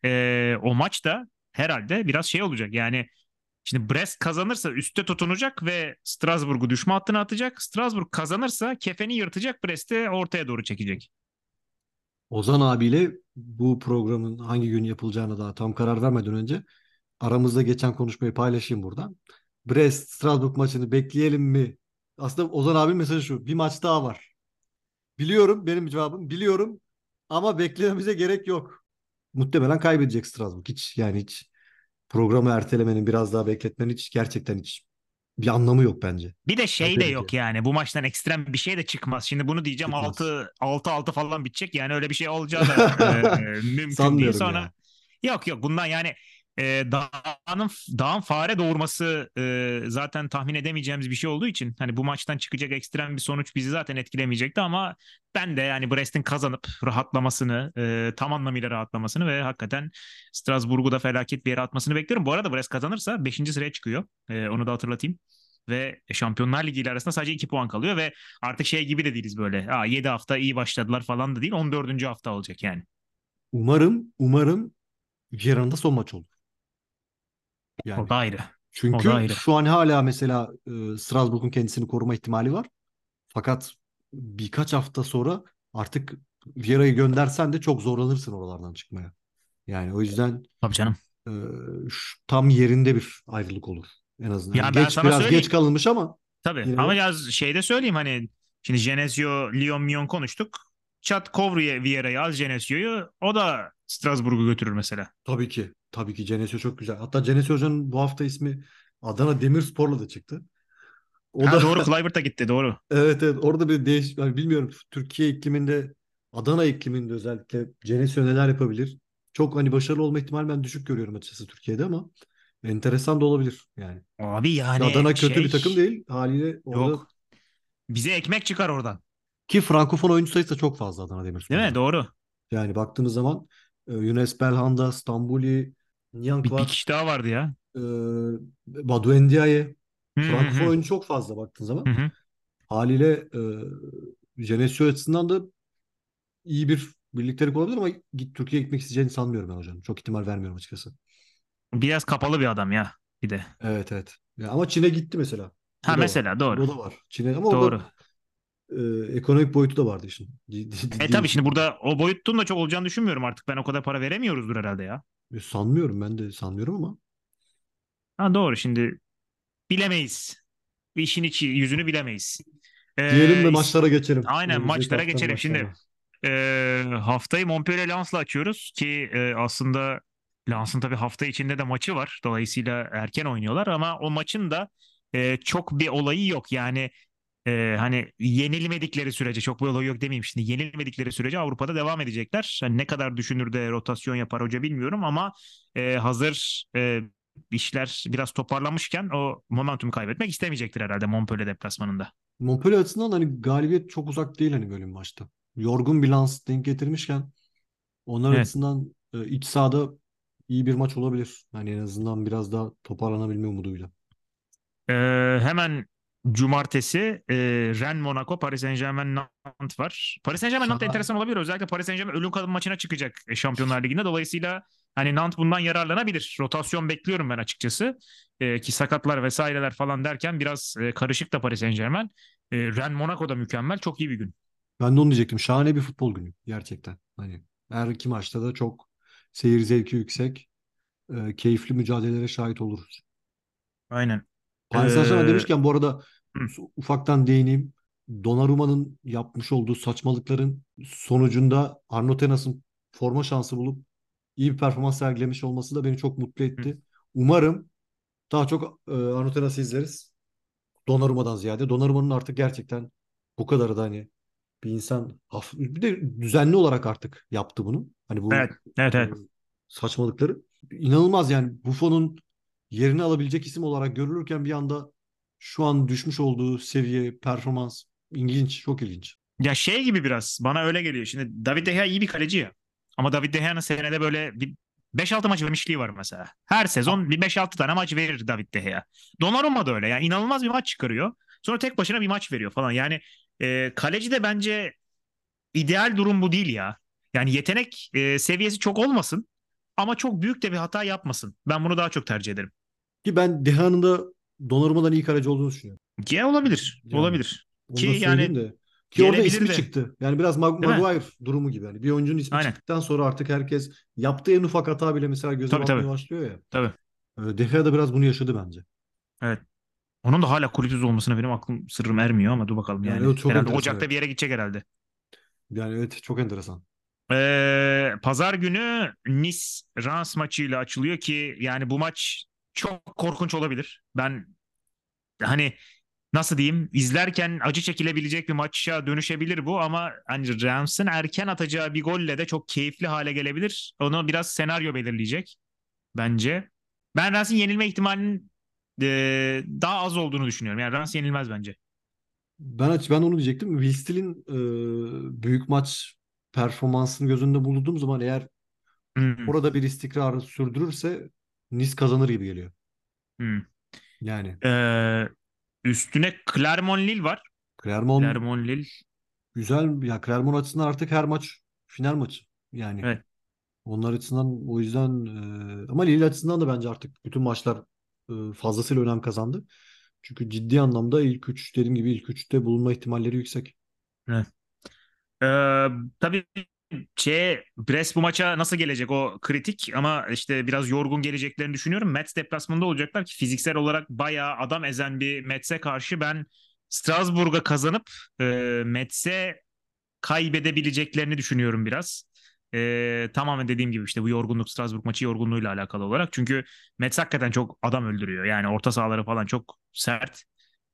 E, o maç da herhalde biraz şey olacak yani şimdi Brest kazanırsa üste tutunacak ve Strasbourg'u düşme hattına atacak. Strasbourg kazanırsa kefeni yırtacak, Brest'i ortaya doğru çekecek. Ozan abiyle bu programın hangi gün yapılacağına daha tam karar vermeden önce aramızda geçen konuşmayı paylaşayım buradan. Brest Strasbourg maçını bekleyelim mi? Aslında Ozan abinin mesajı şu: bir maç daha var. Biliyorum, benim cevabım biliyorum ama beklememize gerek yok. Muhtemelen kaybedecek Strasbourg. Hiç yani hiç programı ertelemenin, biraz daha bekletmenin hiç gerçekten hiç bir anlamı yok bence. Bir de şey de yok Kaybedeceğim. yani bu maçtan ekstrem bir şey de çıkmaz. Şimdi bunu diyeceğim Çıkmaz. altı altı altı falan bitecek. Yani öyle bir şey olacağı da e, mümkün değil. Sanmıyorum Sonra ya. yok yok bundan yani e, dağın, dağın fare doğurması e, zaten tahmin edemeyeceğimiz bir şey olduğu için hani bu maçtan çıkacak ekstrem bir sonuç bizi zaten etkilemeyecekti ama ben de yani Brest'in kazanıp rahatlamasını e, tam anlamıyla rahatlamasını ve hakikaten Strasbourg'u da felaket bir yere atmasını bekliyorum. Bu arada Brest kazanırsa beşinci sıraya çıkıyor. E, onu da hatırlatayım. ve Şampiyonlar Ligi ile arasında sadece iki puan kalıyor ve artık şey gibi de değiliz böyle. Aa, yedi hafta iyi başladılar falan da değil. on dördüncü hafta olacak yani. Umarım, umarım Vieira'nın da son maç olur. O Yani da ayrı. O da çünkü ayrı. şu an hala mesela e, Strasbourg'un kendisini koruma ihtimali var. Fakat birkaç hafta sonra artık Vieira'yı göndersen de çok zorlanırsın oralardan çıkmaya. Yani o yüzden Tabii canım. e, şu- tam yerinde bir ayrılık olur. En azından. Hani Yani ben geç sana biraz geç söyleyeyim. kalınmış ama Tabii yine ama de yaz şeyde söyleyeyim hani şimdi Genesio, Lyon, Myon konuştuk. Çat Kovri'ye Vieira'yı al Genesio'yu o da Strasbourg'u götürür mesela. tabii ki tabii ki Genesio çok güzel. Hatta Genesio Hoca'nın bu hafta ismi Adana Demirspor'la da çıktı. O Ha da doğru Kluivert da gitti doğru. evet evet orada bir değiş yani bilmiyorum Türkiye ikliminde Adana ikliminde özellikle Genesio neler yapabilir? Çok hani başarılı olma ihtimali ben düşük görüyorum açıkçası Türkiye'de ama enteresan da olabilir yani. Abi Ki yani Adana kötü bir şey takım değil haliyle orada yok. Bize ekmek çıkar oradan. ki Frankofon oyuncu sayısı da çok fazla Adana Değil mi? Demirspor'da. Doğru. Yani baktığımız zaman e, Younes Belhanda, Stambuli, Niang Bir, bir var, kişi daha vardı ya. e, Badu Endiaye. Hı hı Frankofon hı. oyuncu çok fazla baktığın Hı zaman. hı. Haliyle e, Genesio açısından da iyi bir birliktelik olabilir ama git Türkiye'ye gitmek isteyeceğini sanmıyorum ben hocam. Çok ihtimal vermiyorum açıkçası. Biraz kapalı bir adam ya bir de. Evet evet. Ya ama Çin'e gitti mesela. Ha O da var. mesela doğru. O da var. Çin'e ama orada Doğru. e, ekonomik boyutu da vardı işin. Ciddi, E ciddi bir tabii şey şimdi vardı. burada o boyutun da çok olacağını düşünmüyorum artık. Ben o kadar para veremiyoruzdur herhalde ya. E, sanmıyorum ben de sanmıyorum ama Ha doğru şimdi bilemeyiz. İşin içi yüzünü bilemeyiz. diyelim Ee, ve is- maçlara geçelim. aynen Önümüzdeki maçlara haftanın geçelim. maçlarına. Şimdi e, haftayı Montpellier Lens'la açıyoruz ki e, aslında Lens'ın tabii hafta içinde de maçı var. Dolayısıyla erken oynuyorlar ama o maçın da e, çok bir olayı yok. Yani e, hani yenilmedikleri sürece çok bir olayı yok demeyeyim şimdi. Yenilmedikleri sürece Avrupa'da devam edecekler. Hani ne kadar düşünür de rotasyon yapar hoca bilmiyorum ama e, hazır e, işler biraz toparlanmışken o momentumu kaybetmek istemeyecektir herhalde Montpellier deplasmanında. Montpellier açısından hani galibiyet çok uzak değil hani böyle bir maçta. Yorgun bir Lens denk getirmişken onlar Evet. açısından e, iç sahada iyi bir maç olabilir. Hani en azından biraz daha toparlanabilme umuduyla. Ee, hemen cumartesi e, Rennes Monaco Paris Saint-Germain Nantes var. Paris Saint-Germain Nantes Şah enteresan olabilir. Özellikle Paris Saint-Germain ölüm kalım maçına çıkacak e, Şampiyonlar Ligi'nde. Dolayısıyla hani Nantes bundan yararlanabilir. Rotasyon bekliyorum ben açıkçası. E, ki sakatlar vesaireler falan derken biraz e, karışık da Paris Saint-Germain. E, Rennes Monaco da mükemmel. Çok iyi bir gün. Ben de onu diyecektim. Şahane bir futbol günü gerçekten. Hani her iki maçta da çok seyir zevki yüksek, e, keyifli mücadelelere şahit oluruz. Aynen. Paris Saint-Germain Ee, demişken bu arada hı, ufaktan değineyim. Donnarumma'nın yapmış olduğu saçmalıkların sonucunda Arnaud Tenas'ın forma şansı bulup iyi bir performans sergilemiş olması da beni çok mutlu hı. etti. Umarım daha çok e, Arnaud Tenas'ı izleriz. Donnarumma'dan ziyade. Donnarumma'nın artık gerçekten bu kadar da hani bir insan haf- bir de düzenli olarak artık yaptı bunu. Hani Evet, bu evet, e, evet. saçmalıkları. İnanılmaz yani Buffon'un yerini alabilecek isim olarak görülürken bir anda şu an düşmüş olduğu seviye, performans ilginç, çok ilginç. Ya şey gibi biraz bana öyle geliyor. Şimdi David De Gea iyi bir kaleci ya. Ama David De Gea'nın senede böyle bir beş altı maç vermişliği var mesela. Her A- sezon bir beş altı tane maç verir David De Gea. Donnarumma da öyle. Yani inanılmaz bir maç çıkarıyor. Sonra tek başına bir maç veriyor falan. Yani e, kaleci de bence ideal durum bu değil ya. Yani yetenek e, seviyesi çok olmasın ama çok büyük de bir hata yapmasın. Ben bunu daha çok tercih ederim. Ki ben Deha'nın da Donnarumma'dan iyi kaleci olduğunu düşünüyorum. Ge olabilir. Yani Olabilir. onu Ki da söyleyeyim yani de. Ki orada gelebilir ismi de. çıktı. Yani biraz Mag- Değil mi? Maguire durumu gibi. Yani bir oyuncunun ismi Aynen. çıktıktan sonra artık herkes yaptığı en ufak hata bile mesela göze Tabii batmaya tabii. başlıyor ya. Tabii. Ee, De Gea da biraz bunu yaşadı bence. Evet. Onun da hala kulüpsüz olmasına benim aklım sırrım ermiyor ama dur bakalım Yani yani. o çok Herhalde enteresan Ocak'ta bir evet. yere gidecek herhalde. Yani evet çok enteresan. Ee, Pazar günü Nice Reims maçıyla açılıyor ki yani bu maç çok korkunç olabilir. Ben hani nasıl diyeyim izlerken acı çekilebilecek bir maça dönüşebilir bu ama hani Reins'in erken atacağı bir golle de çok keyifli hale gelebilir. Onu biraz senaryo belirleyecek bence. Ben Reins'in yenilme ihtimalinin e, daha az olduğunu düşünüyorum. Yani Reims yenilmez bence. Ben aç ben onu diyecektim. Will Steele'in e, büyük maç performansını göz önünde bulunduğum zaman eğer Hmm, orada bir istikrarı sürdürürse Nice kazanır gibi geliyor. hmm. Yani Üstüne Clermont-Lille var. Clermont Clermont-Lille. güzel. Ya Clermont açısından artık her maç final maçı. Yani Evet. onlar açısından o yüzden e, ama Lille açısından da bence artık bütün maçlar e, fazlasıyla önem kazandı. Çünkü ciddi anlamda ilk üç dediğim gibi ilk üçte bulunma ihtimalleri yüksek. Evet. Ee, tabii şey Brest bu maça nasıl gelecek o kritik ama işte biraz yorgun geleceklerini düşünüyorum. Metz deplasmanında olacaklar ki fiziksel olarak bayağı adam ezen bir Metz'e karşı ben Strasbourg'a kazanıp e, Metz'e kaybedebileceklerini düşünüyorum biraz. Ee, tamamen dediğim gibi işte bu yorgunluk Strasbourg maçı yorgunluğuyla alakalı olarak. Çünkü Metz hakikaten çok adam öldürüyor. Yani orta sahaları falan çok sert.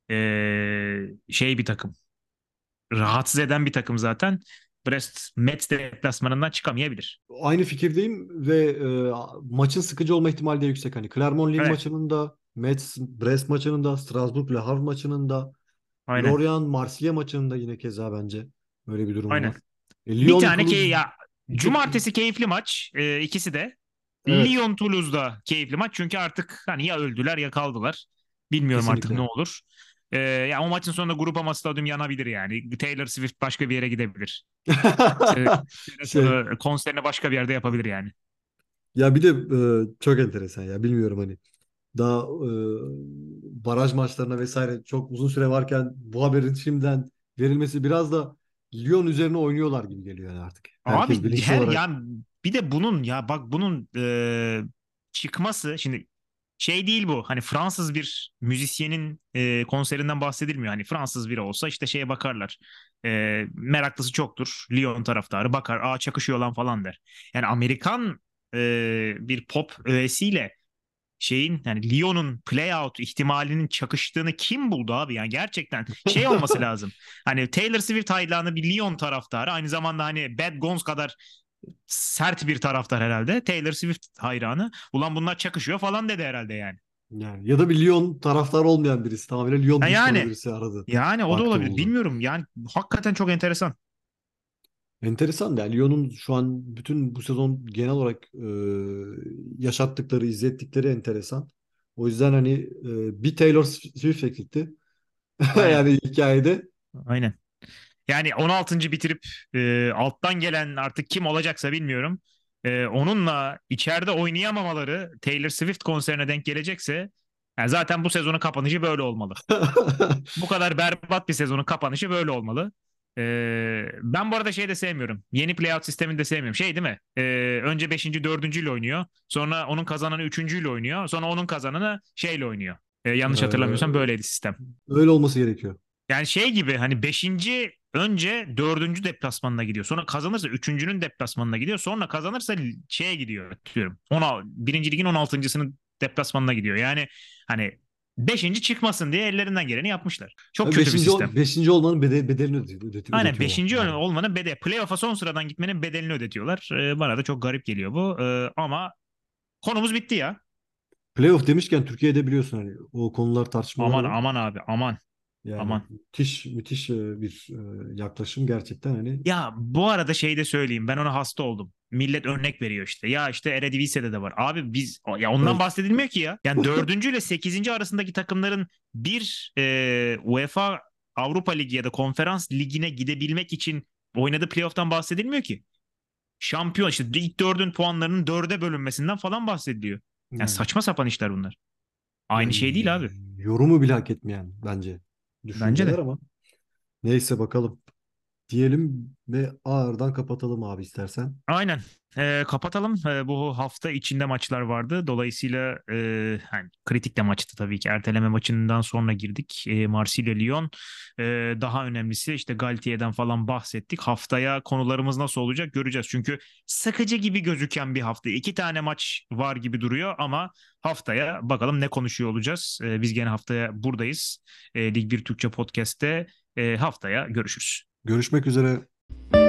Ee, şey bir takım. Rahatsız eden bir takım zaten. Brest Metz deplasmanından çıkamayabilir. Aynı fikirdeyim ve e, maçın sıkıcı olma ihtimali de yüksek. Hani Clermont Lille Evet, maçının da, Metz Brest maçının da, Strasbourg Le Havre maçının da, aynen. Lorient Marsilya maçının da yine keza bence böyle bir durum Aynen. var. E, Bir Lyon tane ki Toulouse ya bir tek cumartesi keyifli maç e, ikisi de. evet, Lyon Toulouse'da keyifli maç çünkü artık hani ya öldüler ya kaldılar. Bilmiyorum artık ne kesinlikle. olur. E, ya o maçın sonunda Grup ama stadyum yanabilir yani. Taylor Swift başka bir yere gidebilir. Se- Sene Şey sonu konserini başka bir yerde yapabilir yani. ya bir de e, çok enteresan ya bilmiyorum hani daha e, baraj maçlarına vesaire çok uzun süre varken bu haberin şimdiden verilmesi biraz da Lyon üzerine oynuyorlar gibi geliyor yani artık. Herkes Abi bilinçli her olarak. yani bir de bunun ya bak bunun e, çıkması şimdi şey değil bu. Hani Fransız bir müzisyenin e, konserinden bahsedilmiyor. Hani Fransız biri olsa işte şeye bakarlar. E, meraklısı çoktur. Lyon taraftarı bakar. Aa çakışıyor lan falan der. Yani Amerikan e, bir pop öğesiyle şeyin yani Lyon'un playout ihtimalinin çakıştığını kim buldu abi? Yani gerçekten şey olması lazım. Hani Taylor Swift hayranı bir Lyon taraftarı aynı zamanda hani Bad Gons kadar sert bir taraftar herhalde. Taylor Swift hayranı. Ulan bunlar çakışıyor falan dedi herhalde yani. Yani ya da bir Lyon taraftarı olmayan birisi, tamamen Lyon Ha düşmanı yani birisi aradı. yani o da Baktı olabilir. buldu. Bilmiyorum. Yani hakikaten çok enteresan. Enteresan yani Lyon'un şu an bütün bu sezon genel olarak e, yaşattıkları, izlettikleri enteresan. O yüzden hani e, bir Taylor Swift eksikti. Aynen. Yani hikayede. Aynen. Yani on altıncı bitirip e, alttan gelen artık kim olacaksa bilmiyorum. E, onunla içeride oynayamamaları Taylor Swift konserine denk gelecekse yani zaten bu sezonun kapanışı böyle olmalı. Bu kadar berbat bir sezonun kapanışı böyle olmalı. E, ben bu arada şey de sevmiyorum. Yeni playout sistemini de sevmiyorum. Şey değil mi? E, önce beşinci dördüncüyle oynuyor. Sonra onun kazananı üçüncüyle oynuyor. Sonra onun kazananı şeyle oynuyor. E, yanlış hatırlamıyorsam Ee, böyleydi sistem. öyle olması gerekiyor. Yani şey gibi hani beşinci önce dördüncü deplasmanına gidiyor. Sonra kazanırsa üçüncünün deplasmanına gidiyor. Sonra kazanırsa şeye gidiyor diyorum. Ona, birinci ligin on altıncısının deplasmanına gidiyor. Yani hani beşinci çıkmasın diye ellerinden geleni yapmışlar. Çok Tabii kötü bir beşinci, sistem. ol- beşinci olmanın bede- bedelini öde- öde- Aynen ödetiyorlar beşinci yani. olmanın bedeli. Playoff'a son sıradan gitmenin bedelini ödetiyorlar. Ee, bana da çok garip geliyor bu. Ee, ama konumuz bitti ya. Playoff demişken Türkiye'de biliyorsun hani o konular tartışmalar Aman var. aman abi aman Yani aman. müthiş müthiş e, bir e, yaklaşım gerçekten hani. Ya bu arada şey de söyleyeyim ben ona hasta oldum. Millet örnek veriyor işte. Ya işte Eredivisie'de de var. Abi biz ya ondan Evet. bahsedilmiyor ki ya. Yani dördüncü ile sekizinci arasındaki takımların bir e, UEFA Avrupa Ligi ya da Konferans Ligi'ne gidebilmek için oynadığı playoff'tan bahsedilmiyor ki. Şampiyon işte ilk dördün puanlarının dörde bölünmesinden falan bahsediliyor. Yani Yani, saçma sapan işler bunlar. Aynı yani şey değil abi. yorumu bile hak etmeyen bence Bence düşünceler de. ama neyse bakalım diyelim ve ağırdan kapatalım abi istersen. Aynen. Ee, kapatalım. Ee, bu hafta içinde maçlar vardı. Dolayısıyla e, hani kritik de maçtı tabii ki. Erteleme maçından sonra girdik. E, Marsilya Lyon. Ee, daha önemlisi işte Galtier'den falan bahsettik. Haftaya konularımız nasıl olacak göreceğiz. Çünkü sıkıcı gibi gözüken bir hafta. İki tane maç var gibi duruyor ama haftaya bakalım ne konuşuyor olacağız. Ee, biz gene haftaya buradayız. Ee, Lig bir Türkçe Podcast'te. Ee, haftaya görüşürüz. Görüşmek üzere.